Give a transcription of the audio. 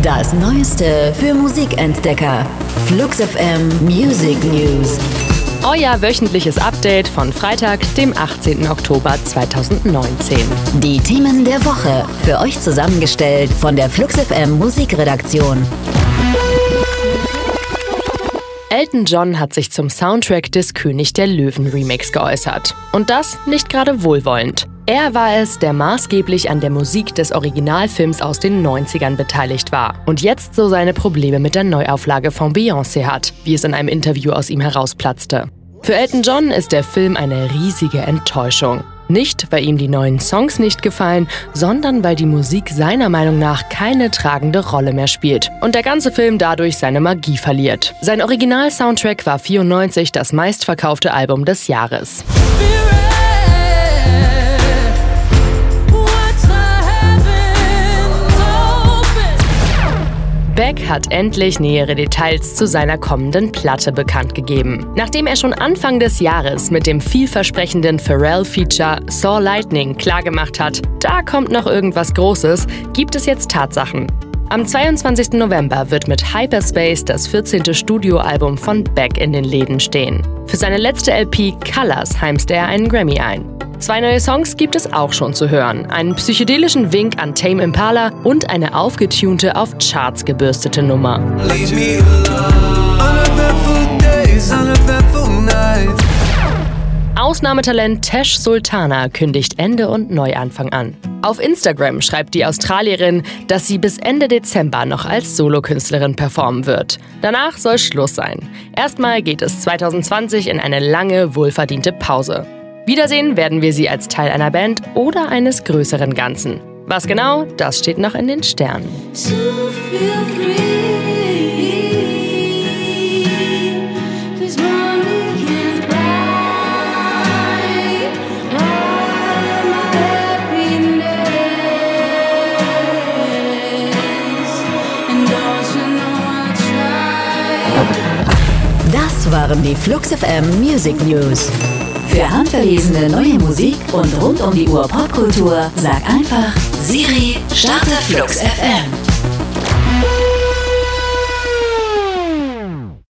Das Neueste für Musikentdecker. Flux FM Music News. Euer wöchentliches Update von Freitag, dem 18. Oktober 2019. Die Themen der Woche. Für euch zusammengestellt von der Flux FM Musikredaktion. Elton John hat sich zum Soundtrack des König der Löwen Remix geäußert. Und das nicht gerade wohlwollend. Er war es, der maßgeblich an der Musik des Originalfilms aus den 90ern beteiligt war und jetzt so seine Probleme mit der Neuauflage von Beyoncé hat, wie es in einem Interview aus ihm herausplatzte. Für Elton John ist der Film eine riesige Enttäuschung. Nicht, weil ihm die neuen Songs nicht gefallen, sondern weil die Musik seiner Meinung nach keine tragende Rolle mehr spielt und der ganze Film dadurch seine Magie verliert. Sein Original-Soundtrack war 1994 das meistverkaufte Album des Jahres. Beck hat endlich nähere Details zu seiner kommenden Platte bekannt gegeben. Nachdem er schon Anfang des Jahres mit dem vielversprechenden Pharrell-Feature Saw Lightning klargemacht hat, da kommt noch irgendwas Großes, gibt es jetzt Tatsachen. Am 22. November wird mit Hyperspace das 14. Studioalbum von Beck in den Läden stehen. Für seine letzte LP Colors heimst er einen Grammy ein. 2 neue Songs gibt es auch schon zu hören. Einen psychedelischen Wink an Tame Impala und eine aufgetunte, auf Charts gebürstete Nummer. Ausnahmetalent Tesh Sultana kündigt Ende und Neuanfang an. Auf Instagram schreibt die Australierin, dass sie bis Ende Dezember noch als Solokünstlerin performen wird. Danach soll Schluss sein. Erstmal geht es 2020 in eine lange, wohlverdiente Pause. Wiedersehen werden wir sie als Teil einer Band oder eines größeren Ganzen. Was genau, das steht noch in den Sternen. Das waren die Flux FM Music News. Für handverlesene neue Musik und rund um die Uhr Popkultur, sag einfach Siri, starte Flux FM.